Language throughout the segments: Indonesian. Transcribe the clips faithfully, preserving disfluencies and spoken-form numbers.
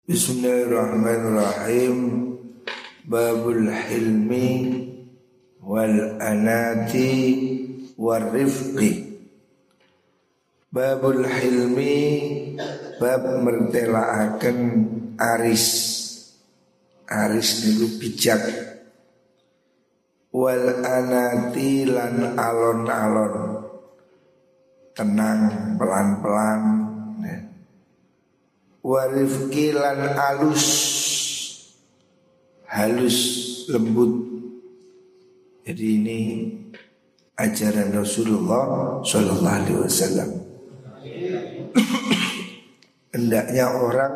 Bismillahirrahmanirrahim. Babul hilmi wal anati wal rifqi. Babul hilmi, bab mertelaaken aris. Aris niku bijak. Wal anati lan alon-alon, tenang pelan-pelan. Warifki lan alus, halus lembut. Jadi ini ajaran Rasulullah Shallallahu Alaihi Wasallam. Hendaknya orang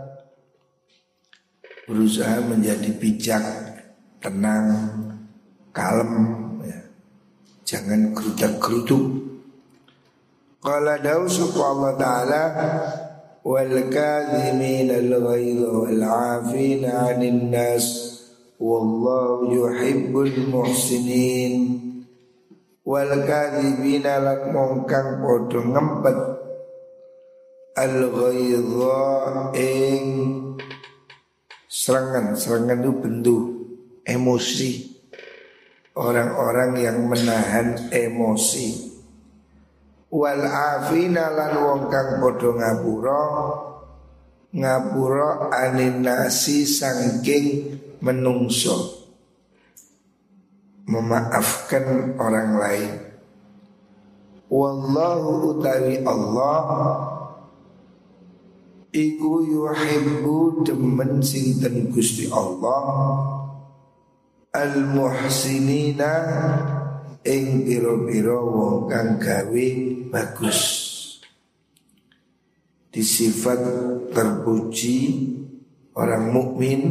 berusaha menjadi bijak, tenang, kalem, ya. Jangan gerudak-geruduk. Qala Daud Allah Ta'ala, wal kadhimin al ghaidha wal 'afina 'anil nas wallahu yuhibbul muhsinin. Wal kadhibina lan mongkang padha ngempet al ghaidha ing serangan. Serangan itu bentuk emosi, orang-orang yang menahan emosi. Wal afina lan wong kang padha ngapura ngapura anin nasi saking menungso, memaafkan orang lain. Wallahu utawi Allah iku yuhibbu demen sinten Gusti Allah al muhsinina ing pira-pira wong kang gawe bagus. Disifat terpuji orang mukmin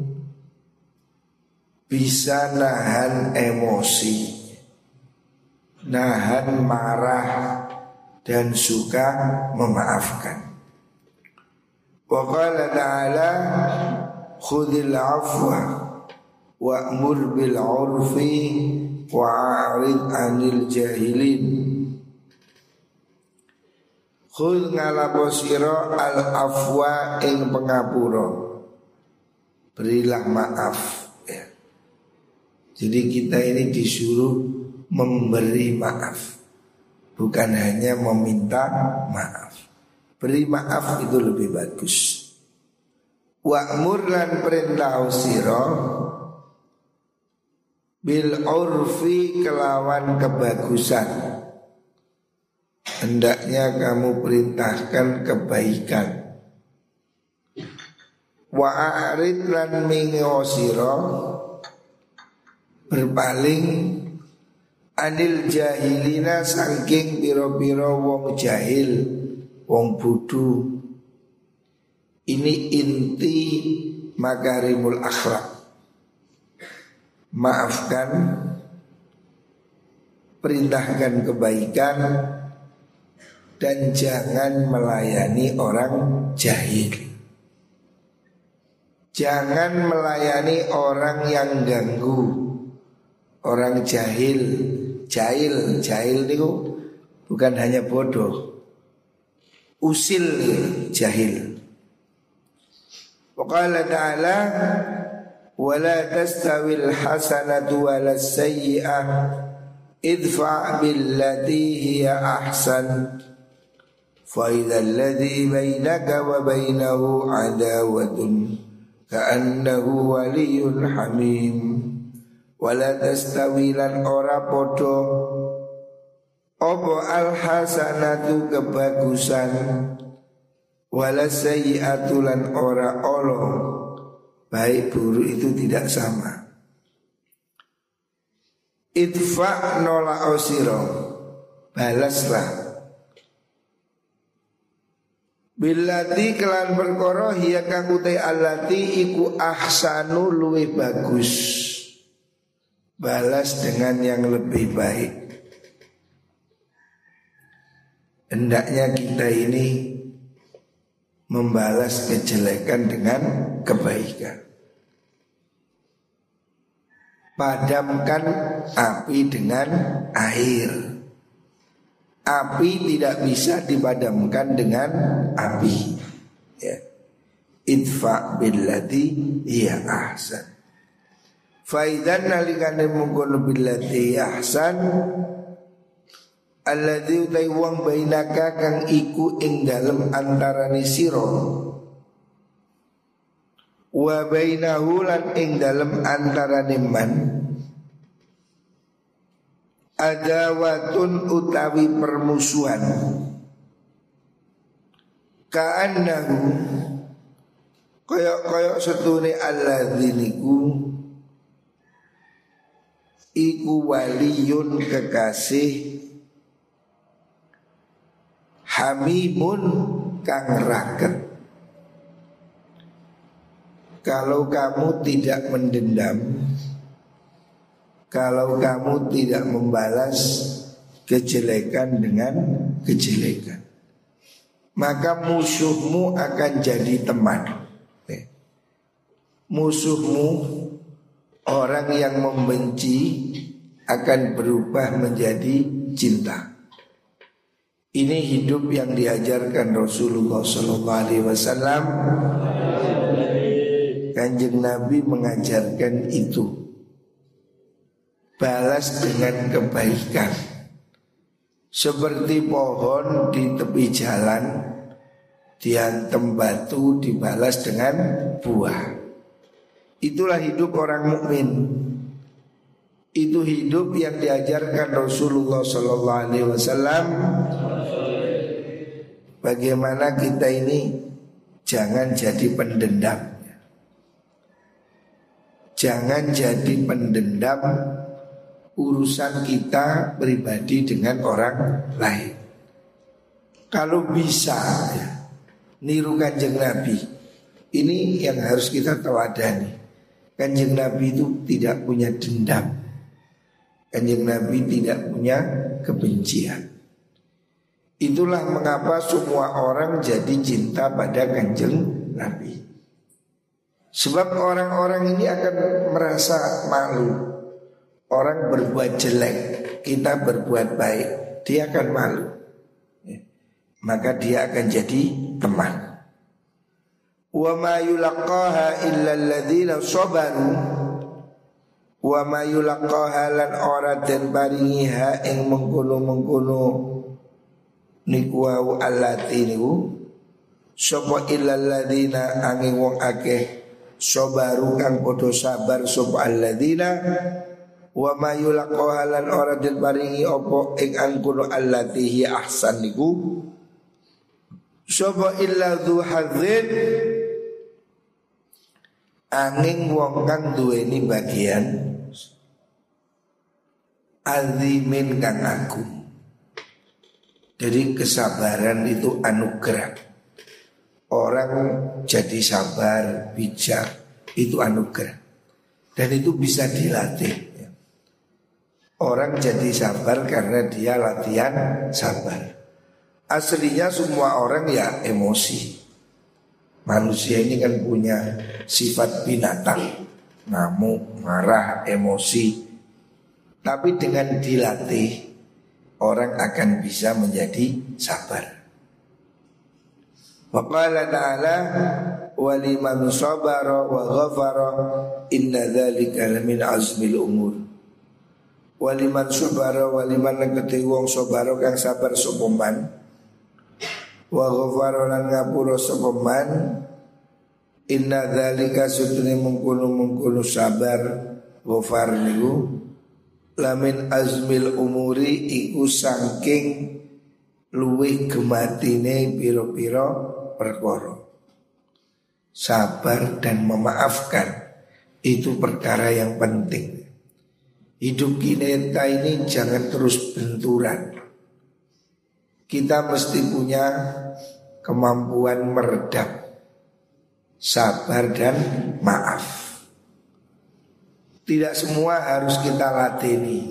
bisa nahan emosi, nahan marah dan suka memaafkan. Wa qala ta'ala khudhil afwa wa'mur bil 'urfi wa'arid 'anil jahilin. Khudh ngalapo sira al afwa ing pengapura, berilah maaf, ya. Jadi kita ini disuruh memberi maaf, bukan hanya meminta maaf. Beri maaf itu lebih bagus. Wa'mur lan perintah sira bil urfi kelawan kebagusan. Hendaknya kamu perintahkan kebaikan. Wa'arid lan mingosiro, berpaling anil jahilina saking piro-piro wong jahil, wong bodoh. Ini inti makarimul akhlak. Maafkan, perintahkan kebaikan, dan jangan melayani orang jahil. Jangan melayani orang yang ganggu, orang jahil. Jahil, jahil itu bukan hanya bodoh, usil jahil. Wa qala ta'ala wala tastawil hasanatu walas sayyi'ah idfa' billati hiya ahsan fa idzal ladzi bainaka wa bainahu adawatun ka'annahu waliyyun hamim. Wala tastawilan ora podo opo al hasanatu kebagusan walas sayyi'atu lan ora olo, baik buruk itu tidak sama. Idfa' nola osiro, balaslah. Billati kelan perkara hiya kang utai allati iku ahsanu luwih bagus. Balas dengan yang lebih baik. Hendaknya kita ini membalas kejelekan dengan kebaikan. Padamkan api dengan air. Api tidak bisa dipadamkan dengan api, ya. idfa billati hiya ahsan. Faidan nalikane mungkono billati ahsan alladzi utai wong bainaka kang iku ing dalem antarane sira wa bainahu lan ing dalem antarane man adawatun utawi permusuhan ka'annahu koyok-koyok setune alladzi niku iku waliyun kekasih hamimun kang raket. Kalau kamu tidak mendendam, kalau kamu tidak membalas kejelekan dengan kejelekan, maka musuhmu akan jadi teman. Musuhmu, orang yang membenci, akan berubah menjadi cinta. Ini hidup yang diajarkan Rasulullah shallallahu alaihi wasallam. Kanjeng Nabi mengajarkan itu. Balas dengan kebaikan. Seperti pohon di tepi jalan, dihantam batu dibalas dengan buah. Itulah hidup orang mukmin. Itu hidup yang diajarkan Rasulullah shallallahu alaihi wasallam. Bagaimana kita ini jangan jadi pendendam. Jangan jadi pendendam urusan kita pribadi dengan orang lain. Kalau bisa ya, niru Kanjeng Nabi. Ini yang harus kita teladani. Kanjeng Nabi itu tidak punya dendam. Kanjeng Nabi tidak punya kebencian. Itulah mengapa semua orang jadi cinta pada Kanjeng Nabi. Sebab orang-orang ini akan merasa malu. Orang berbuat jelek, kita berbuat baik, dia akan malu. Maka dia akan jadi teman. Wa ma yulaqaha illa alladzina sabaru. Wa ma yulaqaha lan ora den paringiha ing mengkono-mengkono niku wa allati niku sapa illal ladzina angin wong akeh sabaru kang padha sabar sapa alladzina wa ma yulaqaha lan ora den paringi apa ing angkono allati hi ahsan niku sapa illa dzu hadzin angin wong kang duweni bagian azimin kang agung. Jadi kesabaran itu anugerah. Orang jadi sabar, bijak, itu anugerah. Dan itu bisa dilatih. Orang jadi sabar karena dia latihan sabar. Aslinya semua orang ya emosi. Manusia ini kan punya sifat binatang, ngamuk, marah, emosi. Tapi dengan dilatih, orang akan bisa menjadi sabar. Wa qala ta'ala wa liman sabara wa ghafara inna dzalika lamin azmil umur. Wa liman sabara wa liman kete wong sabara kang sabar sapa man wa ghafara lan ngapura sapa man inna dzalika sutune mengkono-mengkono sabar ghafar niku lamin azmil umuri iku saking luwih gematine piro-piro perkara. Sabar dan memaafkan itu perkara yang penting. Hidup kita ini jangan terus benturan. Kita mesti punya kemampuan meredam, sabar dan maaf. Tidak semua harus kita latini.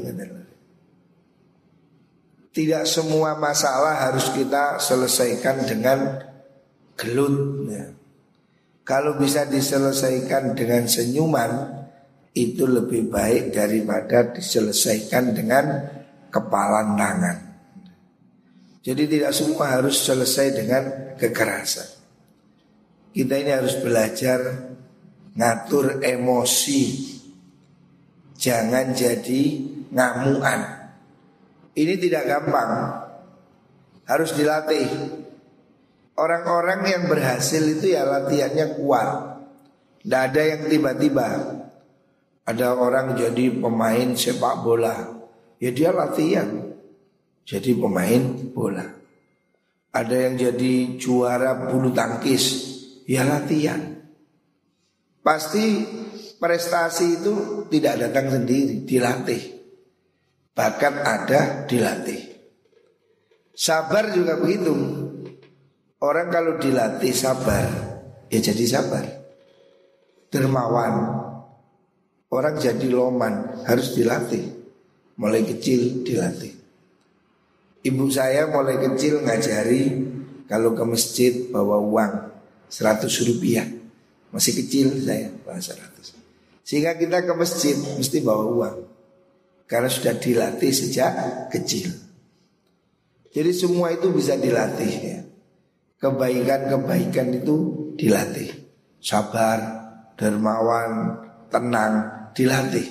Tidak semua masalah harus kita selesaikan dengan gelut. Kalau bisa diselesaikan dengan senyuman, itu lebih baik daripada diselesaikan dengan kepalan tangan. Jadi tidak semua harus selesai dengan kekerasan. kita ini harus belajar ngatur emosi. Jangan jadi ngamuan. Ini tidak gampang, harus dilatih. Orang-orang yang berhasil itu ya latihannya kuat. Tidak ada yang tiba-tiba. Ada orang jadi pemain sepak bola, ya dia latihan jadi pemain bola. Ada yang jadi juara bulu tangkis, ya latihan. Pasti prestasi itu tidak datang sendiri, dilatih. Bakat ada, dilatih. Sabar juga begitu. Orang kalau dilatih sabar, ya jadi sabar. Dermawan, orang jadi loman, harus dilatih. Mulai kecil dilatih. Ibu saya mulai kecil ngajari kalau ke masjid bawa uang seratus rupiah. Masih kecil saya bawa seratus. Sehingga kita ke masjid mesti bawa uang, karena sudah dilatih sejak kecil. Jadi semua itu bisa dilatih ya. Kebaikan-kebaikan itu dilatih. Sabar, dermawan, tenang, dilatih.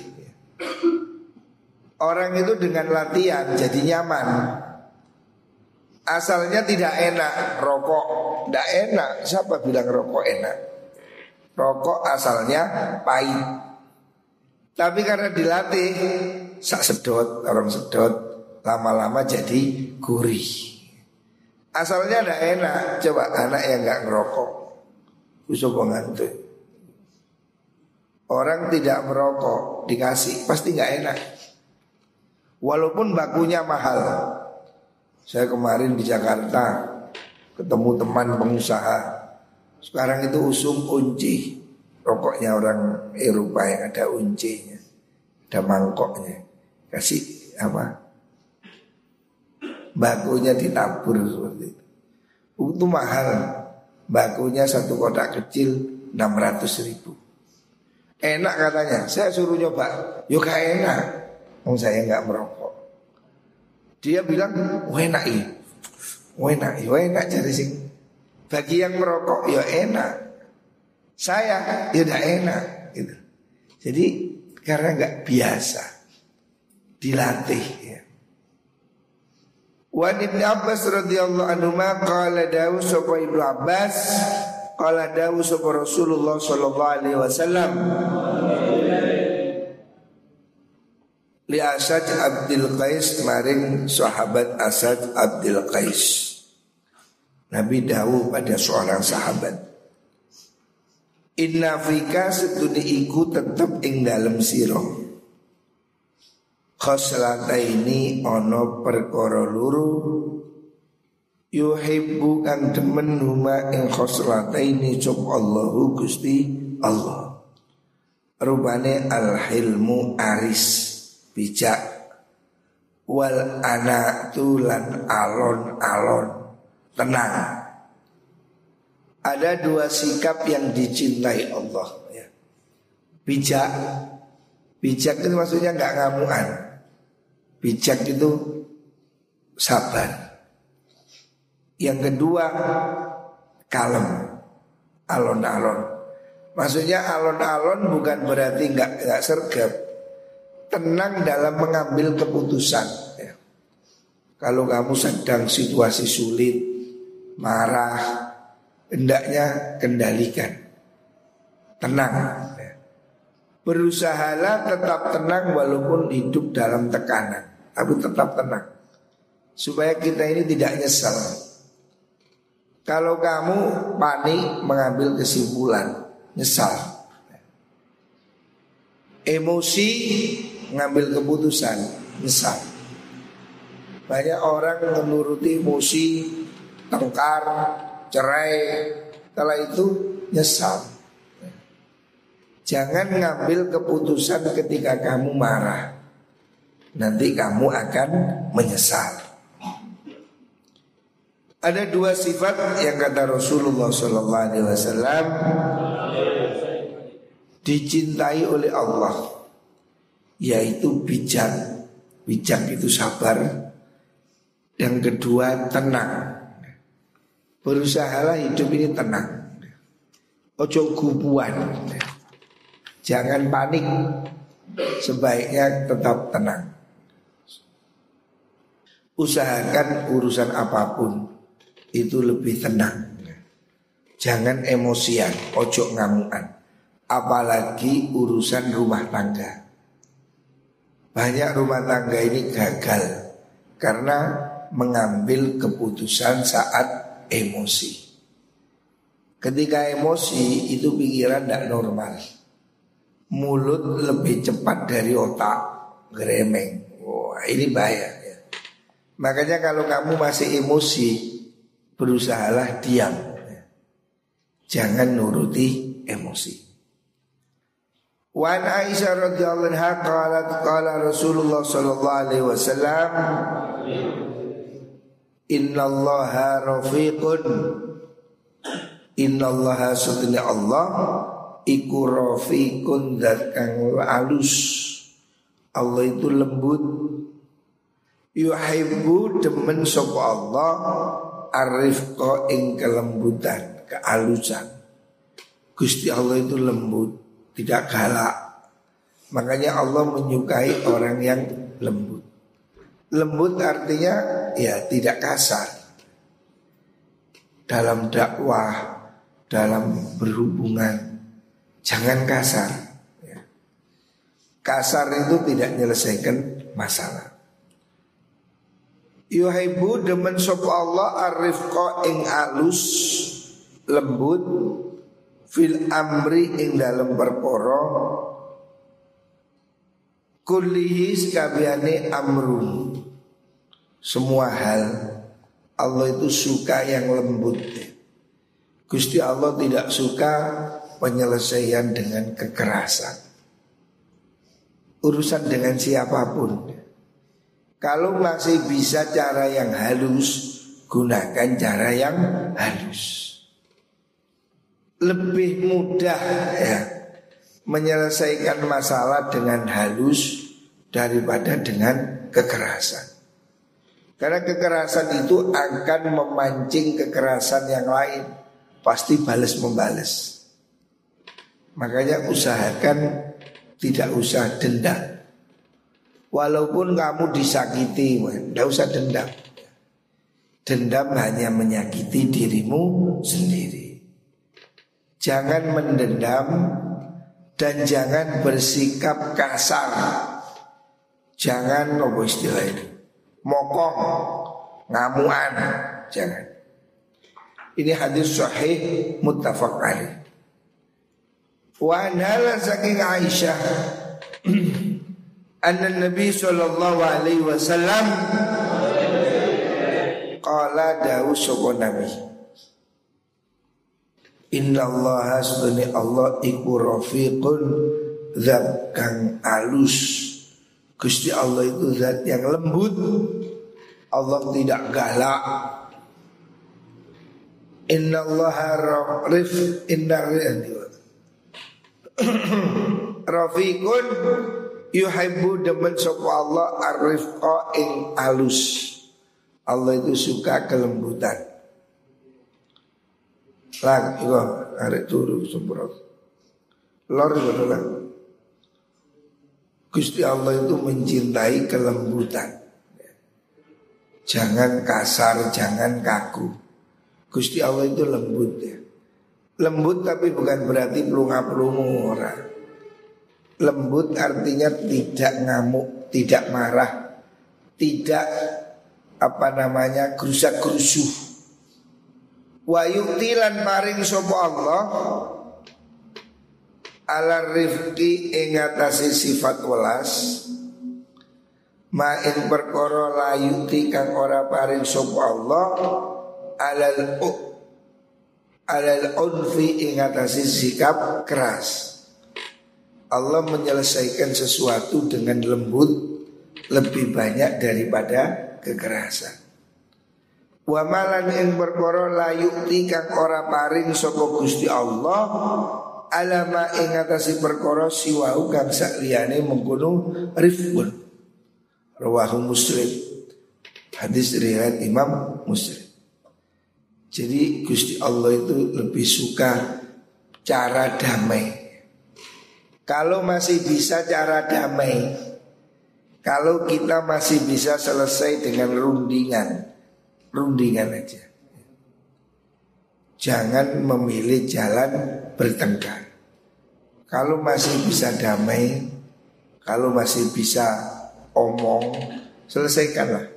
Orang itu dengan latihan jadi nyaman. Asalnya tidak enak, rokok tidak enak. Siapa bilang rokok enak? Rokok asalnya pahit. Tapi karena dilatih, sak sedot, orang sedot, lama-lama jadi gurih. Asalnya tidak enak. Coba anak yang nggak ngerokok, usuk ngantuk. Orang tidak merokok dikasih pasti nggak enak. Walaupun bakunya mahal. Saya kemarin di Jakarta ketemu teman pengusaha. Sekarang itu usum unci, rokoknya orang Eropa yang ada uncinya, ada mangkoknya. Kasih apa? Bakunya ditabur seperti itu. Itu mahal. Bakunya satu kotak kecil enam ratus ribu. Enak katanya. Saya suruh nyoba, yo gak enak. Oh, saya nggak merokok. Dia bilang, wah enak ya, wah enak, wah enak cari sing. Bagi yang merokok, ya enak. Saya, ya tidak enak. Gitu. Jadi karena nggak biasa, dilatih. Ya. Wa Ibnu Abbas radhiyallahu anhu ma qala dawu sapa Ibnu Abbas qala dawu sapa Rasulullah sallallahu alaihi wasallam li Asad Abdul Qais maring sahabat Asad Abdul Qais. Nabi dawuh pada seorang sahabat, inna fika setuni iku tetep ing dalem sira khoslataini ono perkara loro yuhibbu kang demen huma ing khoslataini cop Allahu Gusti Allah. Rupane al-hilmu aris bijak, wal anatu lan alon-alon tenang. Ada dua sikap yang dicintai Allah ya. Bijak, bijak itu maksudnya nggak ngamuan. Bijak itu sabar. Yang kedua kalem, alon-alon. Maksudnya alon-alon bukan berarti nggak nggak sergap. Tenang dalam mengambil keputusan ya. Kalau kamu sedang situasi sulit, marah, hendaknya kendalikan. Tenang ya. Berusahalah tetap tenang walaupun hidup dalam tekanan, tapi tetap tenang supaya kita ini tidak nyesal. Kalau kamu panik mengambil kesimpulan, nyesal. Emosi ngambil keputusan, nyesal. Banyak orang menuruti emosi, tengkar, cerai, setelah itu nyesal. Jangan ngambil keputusan ketika kamu marah, nanti kamu akan menyesal. Ada dua sifat yang kata Rasulullah shallallahu alaihi wasallam dicintai oleh Allah, yaitu bijak. Bijak itu sabar. Yang kedua tenang. Berusahalah hidup ini tenang. ojo gubuan. Jangan panik. Sebaiknya tetap tenang. Usahakan urusan apapun itu lebih tenang. Jangan emosian, ojo ngamuan. Apalagi urusan rumah tangga. Banyak rumah tangga ini gagal karena mengambil keputusan saat emosi. Ketika emosi itu pikiran tidak normal. Mulut lebih cepat dari otak, geremeng. Wah, ini bahaya ya. Makanya kalau kamu masih emosi, berusahalah diam. Jangan nuruti emosi. Wa an Aisyah radhiyallahu anha qalat qala Rasulullah sallallahu alaihi wasallam innallaha rafiqun innallaha sunni Allah iku rafiqun zat kang alus. Allah itu lembut. Yuhibbu demen sapa Allah arifqa ing kelembutan, kealusan. Gusti Allah itu lembut, tidak galak. Makanya Allah menyukai orang yang lembut. Lembut artinya ya tidak kasar. Dalam dakwah, dalam berhubungan, jangan kasar ya. Kasar itu tidak menyelesaikan masalah. Yuhibbu demen sapa Allah arifqa ing alus, lembut fil amri ing dalam perkara kullihi sakabehane amrun. Semua hal Allah itu suka yang lembut. Gusti Allah tidak suka penyelesaian dengan kekerasan. Urusan dengan siapapun, kalau masih bisa cara yang halus, gunakan cara yang halus. Lebih mudah ya menyelesaikan masalah dengan halus daripada dengan kekerasan. Karena kekerasan itu akan memancing kekerasan yang lain, pasti balas membalas. Makanya usahakan tidak usah dendam. Walaupun kamu disakiti, tidak usah dendam. Dendam hanya menyakiti dirimu sendiri. Jangan mendendam dan jangan bersikap kasar. Jangan apa istilah ini, mokong, ngamuan, jangan. Ini hadis sahih muttafaq alaih. Wa anha saking Aisyah anna Nabi sallallahu alaihi wasallam qala dawu sapa Nabi inna Allah subhanahu Allah iku rafiqun zat kang alus. Gusti Allah itu zat yang lembut. Allah tidak galak. Inna Allah raf inna rafiqun yuhibbu demen sapa Allah arifqa ing alus. Allah itu suka kelembutan. Lang iku arek turu semprot. Lor ngono lah. Gusti Allah itu mencintai kelembutan. Jangan kasar, jangan kaku. Gusti Allah itu lembut ya. Lembut tapi bukan berarti pelunga-pelungu orang. Lembut artinya tidak ngamuk, tidak marah, tidak apa namanya gerusak-gerusuh. Wa yu'tilan maring sapa Allah ala rifqi ing atase sifat welas ma ing perkara la yu'ti kang ora paring sapa Allah alal u alal unfi ing atase sikap keras. Allah menyelesaikan sesuatu dengan lembut lebih banyak daripada kekerasan. Wa malan ing perkara la yu'ti kang ora paring sapa Gusti Allah alama ing atase perkara siwau kang sakliyane mengkono rifqun. Rawahu Muslim. Hadis riwayat Imam Muslim. Jadi Gusti Allah itu lebih suka cara damai. Kalau masih bisa cara damai, kalau kita masih bisa selesai dengan rundingan, rundingan aja. Jangan memilih jalan bertengkar. Kalau masih bisa damai, kalau masih bisa omong, selesaikanlah.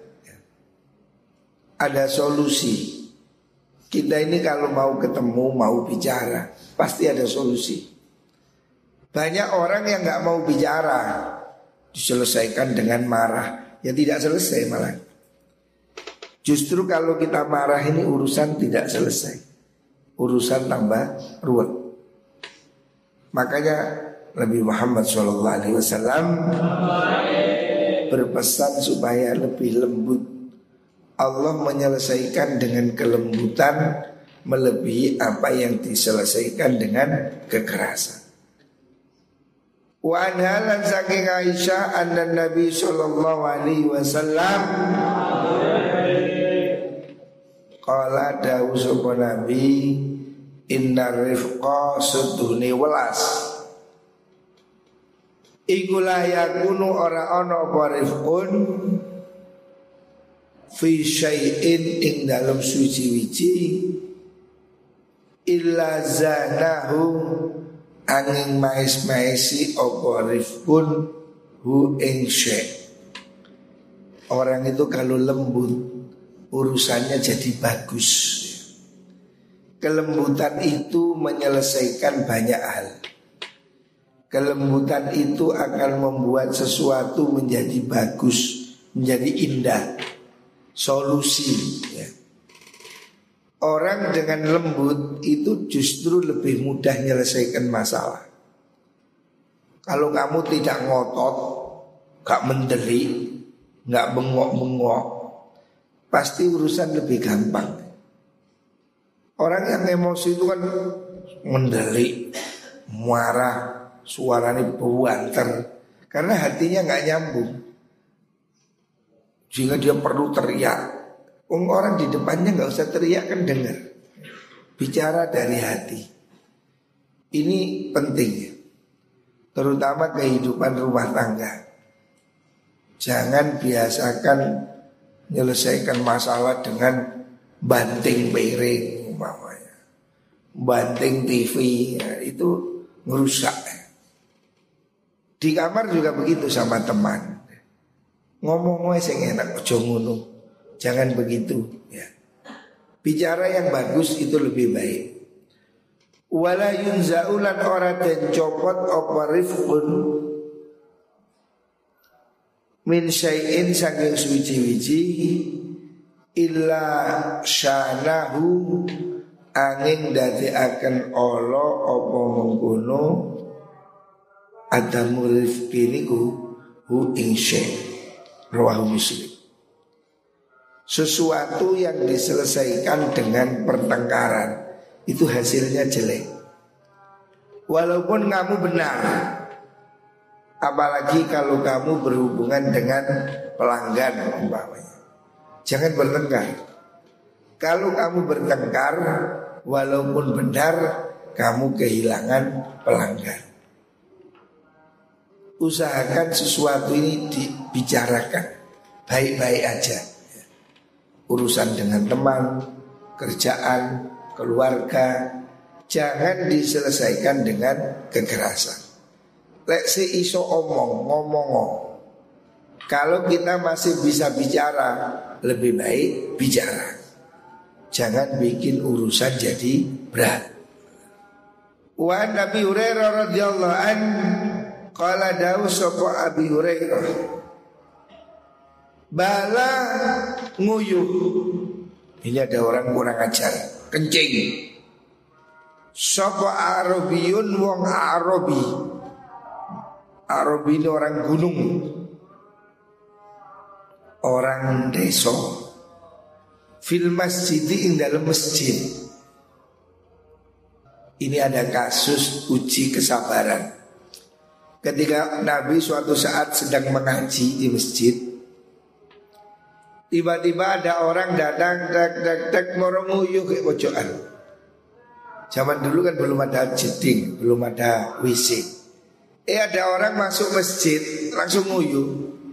Ada solusi. Kita ini kalau mau ketemu, mau bicara, pasti ada solusi. Banyak orang yang gak mau bicara, diselesaikan dengan marah. Ya tidak selesai malah. Justru kalau kita marah ini urusan tidak selesai, urusan tambah ruwet. Makanya Nabi Muhammad shallallahu alaihi wasallam berpesan supaya lebih lembut. Allah menyelesaikan dengan kelembutan melebihi apa yang diselesaikan dengan kekerasan. Wa anhalan saking Aisyah anna Nabi sallallahu alaihi wasallam qala dawu sapa Nabi inna rifqa sudune welas iku la yakunu ora ana apa rifqun fi syai'in ing dalem suci-wici illa zanahu angin mais-maisi apa rifqun hu ing syai'. Orang itu kalau lembut urusannya jadi bagus. Kelembutan itu menyelesaikan banyak hal. Kelembutan itu akan membuat sesuatu menjadi bagus, menjadi indah. Solusi ya. Orang dengan lembut itu justru lebih mudah menyelesaikan masalah. Kalau kamu tidak ngotot, gak mendelik, gak bengok-bengok, pasti urusan lebih gampang. Orang yang emosi itu kan mendelik, marah, suaranya buanter, karena hatinya gak nyambung. Sehingga dia perlu teriak. Orang di depannya gak usah teriak kan dengar. Bicara dari hati. Ini penting ya. Terutama kehidupan rumah tangga. Jangan biasakan menyelesaikan masalah dengan banting piring umpamanya, banting T V ya, itu merusak. Di kamar juga begitu sama teman. Ngomong-ngomong sing enak ojo ngono. Jangan begitu ya. Bicara yang bagus itu lebih baik. Wala yunzaulan ora den copot apa rifqun min syai'in saking suci-wici illa syanahu angin dadekaken ala apa mengkono adamu rifqi niku hu ing syai'. Rawahu Muslim. Sesuatu yang diselesaikan dengan pertengkaran itu hasilnya jelek. Walaupun kamu benar, apalagi kalau kamu berhubungan dengan pelanggan umpamanya, jangan bertengkar. Kalau kamu bertengkar, walaupun benar, kamu kehilangan pelanggan. Usahakan sesuatu ini dibicarakan baik-baik aja. Urusan dengan teman, kerjaan, keluarga, jangan diselesaikan dengan kekerasan. Lek si iso omong, ngomong. Kalau kita masih bisa bicara, lebih baik bicara. Jangan bikin urusan jadi berat. Wa Nabi Hurairah radhiyallahu an qala dawu sapa Abi Hurairah bala nguyuh. Ini ada orang kurang ajar, kencing. Sapa Arabiyun wong Arabi. Arabi ini orang gunung, orang desa. Fil masjid ing dalam masjid. Ini ada kasus uji kesabaran. Ketika Nabi suatu saat sedang mengaji di masjid, tiba-tiba ada orang datang tek tek tek moronguyuh ke pojokan. Zaman dulu kan belum ada jeding, belum ada W C. Eh ada orang masuk masjid langsung nguyuh.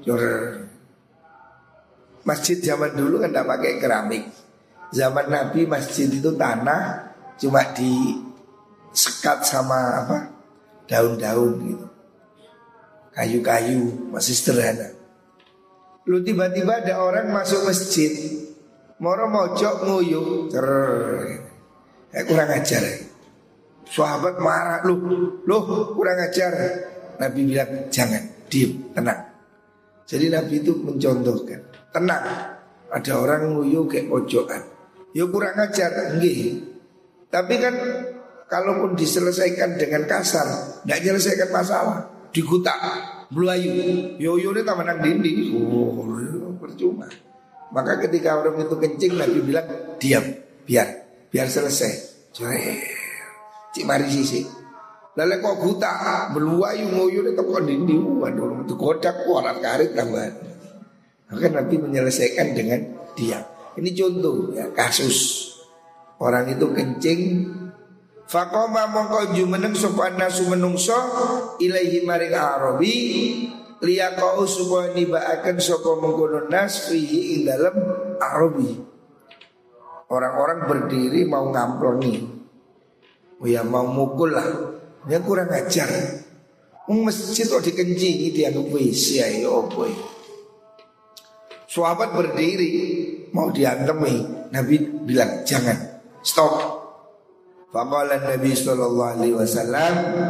Masjid zaman dulu kan tidak pakai keramik. Zaman Nabi masjid itu tanah, cuma disekat sama apa? Daun-daun gitu. Kayu-kayu, masih sederhana. Lalu tiba-tiba ada orang masuk masjid, moro mojok nguyuh, ter, eh, kurang ajar. Sahabat marah, loh, loh kurang ajar. Nabi bilang jangan, diam, tenang. Jadi Nabi itu mencontohkan, tenang. Ada orang nguyuh kayak pojokan, ya kurang ajar, enggak. Tapi kan kalaupun diselesaikan dengan kasar, tidak menyelesaikan masalah, digutak, belayu, yo-yo ini tak menang dinding, oh, percuma. Maka ketika orang itu kencing, Nabi bilang diam, biar, biar selesai. Cik mari sisi. Lalu kok gutak, belayu, ngoyo ini tak dinding, waduh, itu kodak, warat karet tambahan. Maka Nabi menyelesaikan dengan diam. Ini contoh ya, kasus orang itu kencing. Faqoma mongko jumeneng sopan nasu menungso ilaihi maring Arabi liyaqau supaya nibaaken sapa mengkono nas fihi ing dalem Arabi. Orang-orang berdiri mau ngamploni, oh ya mau mukul lah, yang kurang ajar. Wong masjid kok dikencingi dianggap W C ayo boy. Sahabat berdiri mau diantemi, Nabi bilang jangan, stop. Faqala Nabi sallallahu alaihi wasallam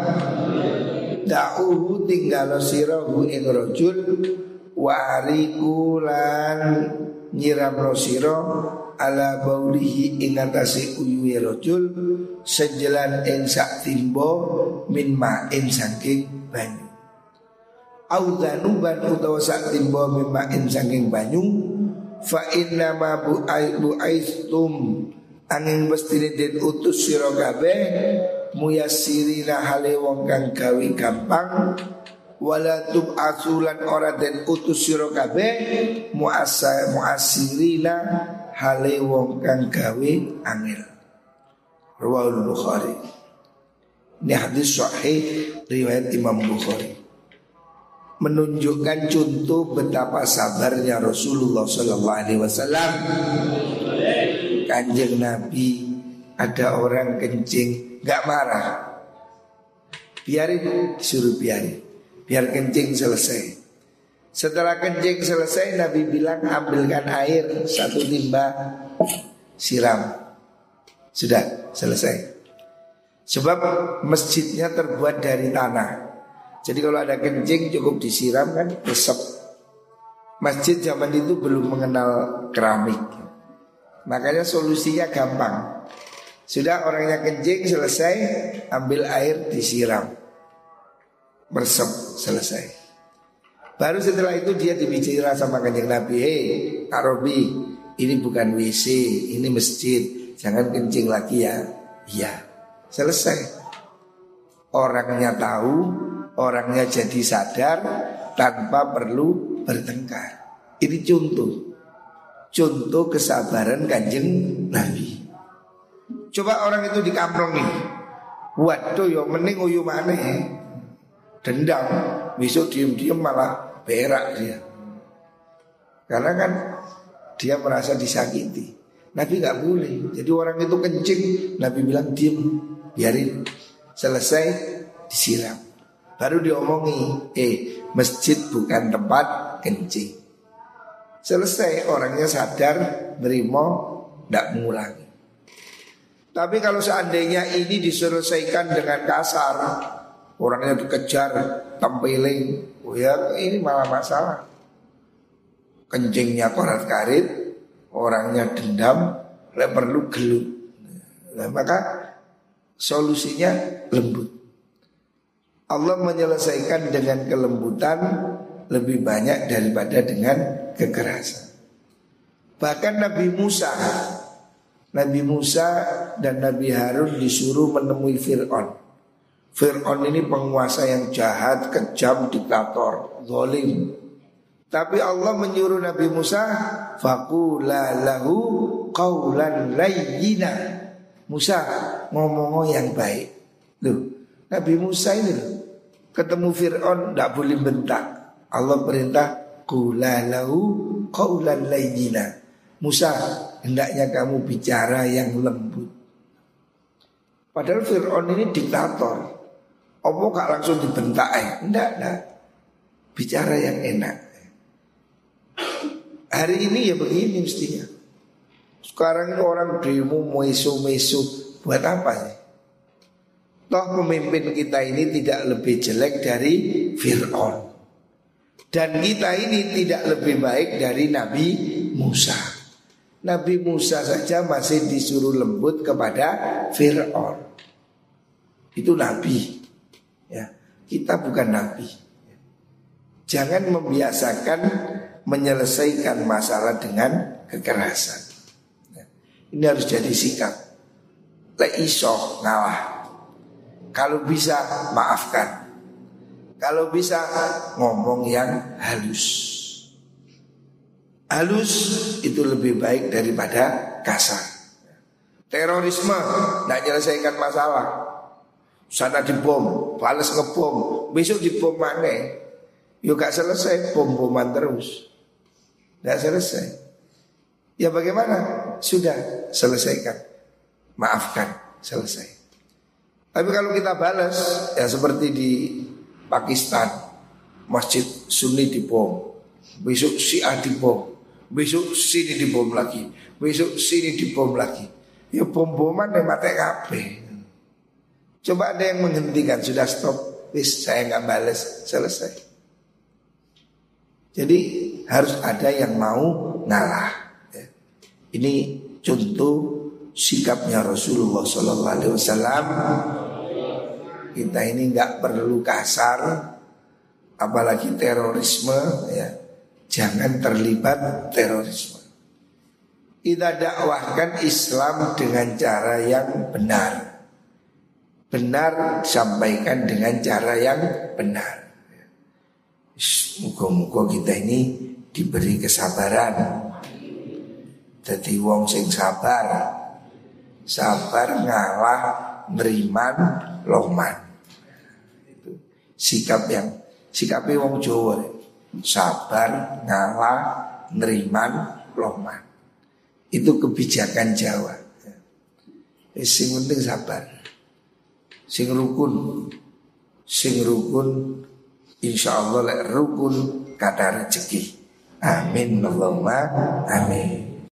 da'uhu tinggal sirahu ing rajul wa arikulan nyiram sira ala baulihi ing atase uyuhe rajul sejelan ing sak timbo min ma'in saking banyu au danuban utawa sak timbo min ma'in saking banyu fa inna ma bu'aistum angin bestine den utus sira kabeh muyassirina hale wong kang gawe gampang wala tub asulan ora den utus sira kabeh muassa muassirina hale wong kang gawe angel. Riwayat Bukhari. Ini hadis sahih riwayat Imam Bukhari. Menunjukkan contoh betapa sabarnya Rasulullah sallallahu alaihi wasallam. Kanjeng Nabi ada orang kencing gak marah, biarin, disuruh biarin, biar kencing selesai. Setelah kencing selesai Nabi bilang ambilkan air satu timba, siram. Sudah selesai. Sebab masjidnya terbuat dari tanah. Jadi kalau ada kencing cukup disiram kan resep. Masjid zaman itu belum mengenal keramik. Makanya solusinya gampang. Sudah orangnya kencing selesai, ambil air disiram, meresep selesai. Baru setelah itu dia dibicara sama kanjeng Nabi, hei Arabi, ini bukan W C, ini masjid, jangan kencing lagi ya. Iya, selesai. Orangnya tahu, orangnya jadi sadar tanpa perlu bertengkar. Ini contoh. Contoh kesabaran kanjeng Nabi. Coba orang itu dikamplongi, waduh yo mending uyu maneh, dendam, besok diem-diem malah berak dia. Karena kan dia merasa disakiti. Nabi gak boleh. Jadi orang itu kencing, Nabi bilang diem, biarin, selesai disiram. Baru diomongi, eh masjid bukan tempat kencing. Selesai orangnya sadar, nerimo, tidak mengulangi. Tapi kalau seandainya ini diselesaikan dengan kasar, orangnya dikejar, tempeling, oh ya ini malah masalah. Kencingnya korat karit, orangnya dendam, le perlu gelut. Nah, maka solusinya lembut. Allah menyelesaikan dengan kelembutan lebih banyak daripada dengan kekerasan. Bahkan Nabi Musa Nabi Musa dan Nabi Harun disuruh menemui Fir'aun. Fir'aun ini penguasa yang jahat, kejam, diktator, zalim. Tapi Allah menyuruh Nabi Musa, faqula lahu qawlan layyina. Musa, ngomong yang baik. Loh, Nabi Musa ini loh, ketemu Fir'aun tidak boleh bentak. Allah perintah qulalahu qaulan layyina. Musa, hendaknya kamu bicara yang lembut. Padahal Fir'aun ini diktator. Apa gak langsung dibentak eh? Enggak, enggak. Bicara yang enak. Hari ini ya begini mestinya. Sekarang ini orang demo mesu-mesu. Buat apa sih? Toh pemimpin kita ini tidak lebih jelek dari Fir'aun. Dan kita ini tidak lebih baik dari Nabi Musa. Nabi Musa saja masih disuruh lembut kepada Fir'aun. Itu Nabi ya. Kita bukan Nabi. Jangan membiasakan menyelesaikan masalah dengan kekerasan. Ini harus jadi sikap. Lek iso ngalah. Kalau bisa maafkan. Kalau bisa ngomong yang halus. Halus itu lebih baik daripada kasar. Terorisme tidak menyelesaikan masalah. Sana dibom, balas ngebom, besok dibom mana? Yuk gak selesai, bom-boman terus. Tidak selesai. Ya bagaimana? Sudah selesaikan. Maafkan, selesai. Tapi kalau kita balas, ya seperti di Pakistan, masjid Sunni dibom, besok Syiah dibom, besok sini dibom lagi, besok sini dibom lagi. Ya bom-boman yang mati kabeh. Coba ada yang menghentikan, sudah stop, wis saya nggak balas, selesai. Jadi harus ada yang mau ngalah. Ini contoh sikapnya Rasulullah Sallallahu Alaihi Wasallam. Kita ini nggak perlu kasar, apalagi terorisme. Ya, jangan terlibat terorisme. Kita dakwahkan Islam dengan cara yang benar. Benar sampaikan dengan cara yang benar. Moga-moga kita ini diberi kesabaran. Jadi wong sing sabar, sabar ngalah neriman lohman. Itu sikap yang sikapnya wong Jawa. Sabar ngalah neriman lohman. Itu kebijakan Jawa. Sing penting sabar. Sing rukun, sing rukun, insya Allah lek rukun kata rezeki. Amin Allahumma amin.